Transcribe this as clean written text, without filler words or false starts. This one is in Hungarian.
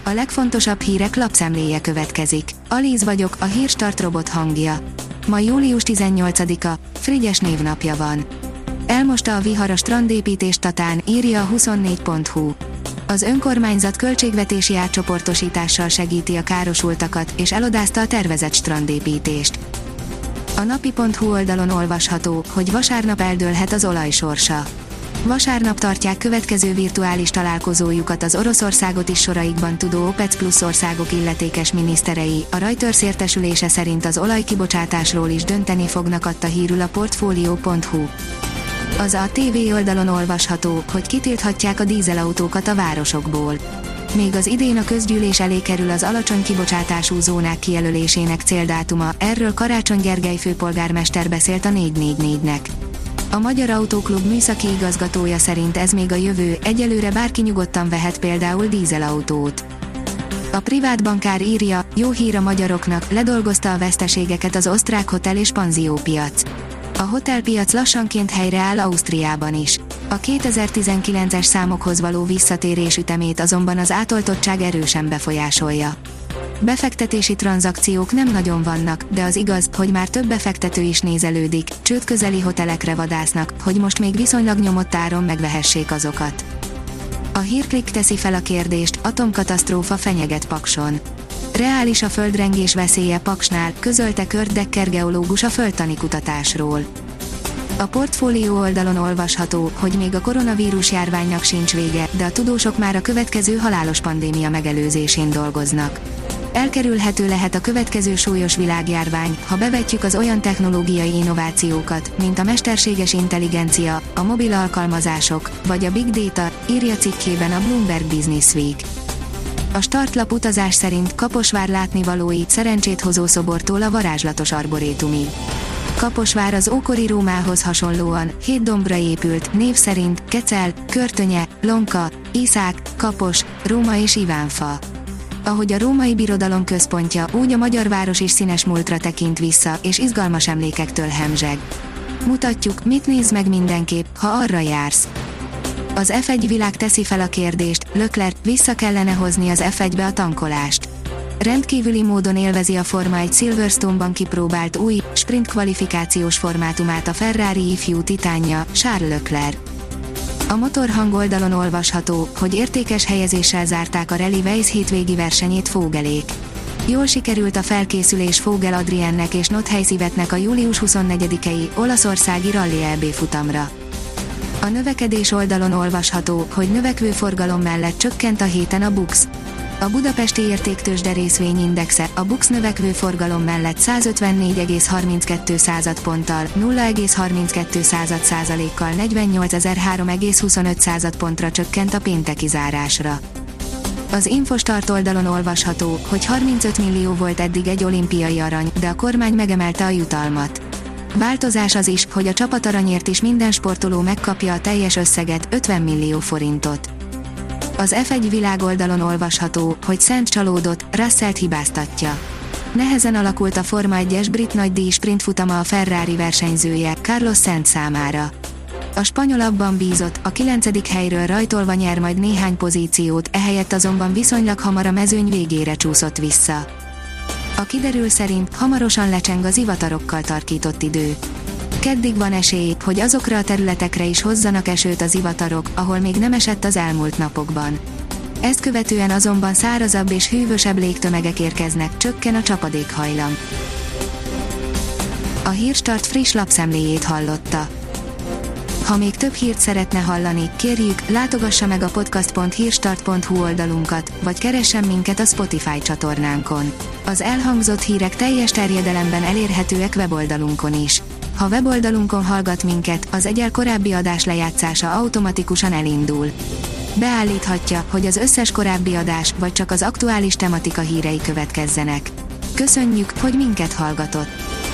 A legfontosabb hírek lapszemléje következik. Alíz vagyok, a Hírstart robot hangja. Ma július 18-a, Frigyes névnapja van. Elmosta a vihar a strandépítést Tatán, írja a 24.hu. Az önkormányzat költségvetési átcsoportosítással segíti a károsultakat, és elodázta a tervezett strandépítést. A napi.hu oldalon olvasható, hogy vasárnap eldőlhet az olaj sorsa. Vasárnap tartják következő virtuális találkozójukat az Oroszországot is soraikban tudó OPEC plusz országok illetékes miniszterei. A Reuters értesülése szerint az olajkibocsátásról is dönteni fognak, adta hírül a Portfolio.hu. Az ATV oldalon olvasható, hogy kitilthatják a dízelautókat a városokból. Még az idén a közgyűlés elé kerül az alacsony kibocsátású zónák kijelölésének céldátuma, erről Karácsony Gergely főpolgármester beszélt a 444-nek. A Magyar Autóklub műszaki igazgatója szerint ez még a jövő, egyelőre bárki nyugodtan vehet például dízelautót. A privát bankár írja, jó hír a magyaroknak, ledolgozta a veszteségeket az osztrák hotel- és panziópiac. A hotelpiac lassanként helyreáll Ausztriában is. A 2019-es számokhoz való visszatérés ütemét azonban az átoltottság erősen befolyásolja. Befektetési tranzakciók nem nagyon vannak, de az igaz, hogy már több befektető is nézelődik, csődközeli hotelekre vadásznak, hogy most még viszonylag nyomott áron megvehessék azokat. A Hírklik teszi fel a kérdést, atomkatasztrófa fenyeget Pakson. Reális a földrengés veszélye Paksnál, közölte Kurt Decker geológus a földtani kutatásról. A Portfolio oldalon olvasható, hogy még a koronavírus járványnak sincs vége, de a tudósok már a következő halálos pandémia megelőzésén dolgoznak. Elkerülhető lehet a következő súlyos világjárvány, ha bevetjük az olyan technológiai innovációkat, mint a mesterséges intelligencia, a mobil alkalmazások, vagy a big data, írja cikkében a Bloomberg Business Week. A startlap utazás szerint Kaposvár látnivalói, szerencsét hozó szobortól a varázslatos arborétumig. Kaposvár az ókori Rómához hasonlóan 7 dombra épült, név szerint Kecel, Körtönye, Lonka, Iszák, Kapos, Róma és Ivánfa. Ahogy a római birodalom központja, úgy a magyar város is színes múltra tekint vissza, és izgalmas emlékektől hemzseg. Mutatjuk, mit néz meg mindenképp, ha arra jársz. Az F1 világ teszi fel a kérdést, Leclerc, vissza kellene hozni az F1-be a tankolást. Rendkívüli módon élvezi a Forma 1 Silverstone-ban kipróbált új, sprint kvalifikációs formátumát a Ferrari ifjú titánja, Charles Leclerc. A Motorhang oldalon olvasható, hogy értékes helyezéssel zárták a Rally Weiss hétvégi versenyét Vogelék. Jól sikerült a felkészülés Vogel Adriennek és Nothey Szivetnek a július 24-i olaszországi Rally EB futamra. A növekedés oldalon olvasható, hogy növekvő forgalom mellett csökkent a héten a BUX. A budapesti értéktőzsde részvényindexe, a BUX növekvő forgalom mellett 154,32 ponttal, 0,32%-kal 48.003,25 pontra csökkent a pénteki zárásra. Az Infostart oldalon olvasható, hogy 35 millió volt eddig egy olimpiai arany, de a kormány megemelte a jutalmat. Változás az is, hogy a csapataranyért is minden sportoló megkapja a teljes összeget, 50 millió forintot. Az F1 világ oldalon olvasható, hogy Szent csalódott, Russellt hibáztatja. Nehezen alakult a Forma 1-es brit nagydíj sprintfutama a Ferrari versenyzője, Carlos Sainz számára. A spanyol abban bízott, a 9. helyről rajtolva nyer majd néhány pozíciót, ehelyett azonban viszonylag hamar a mezőny végére csúszott vissza. A kiderül szerint hamarosan lecseng az ivatarokkal tarkított idő. Keddig van esély, hogy azokra a területekre is hozzanak esőt az ivatarok, ahol még nem esett az elmúlt napokban. Ezt követően azonban szárazabb és hűvösebb légtömegek érkeznek, csökken a csapadékhajlam. A Hírstart friss lapszemléjét hallotta. Ha még több hírt szeretne hallani, kérjük, látogassa meg a podcast.hírstart.hu oldalunkat, vagy keressen minket a Spotify csatornánkon. Az elhangzott hírek teljes terjedelemben elérhetőek weboldalunkon is. Ha weboldalunkon hallgat minket, az egyel korábbi adás lejátszása automatikusan elindul. Beállíthatja, hogy az összes korábbi adás, vagy csak az aktuális tematika hírei következzenek. Köszönjük, hogy minket hallgatott!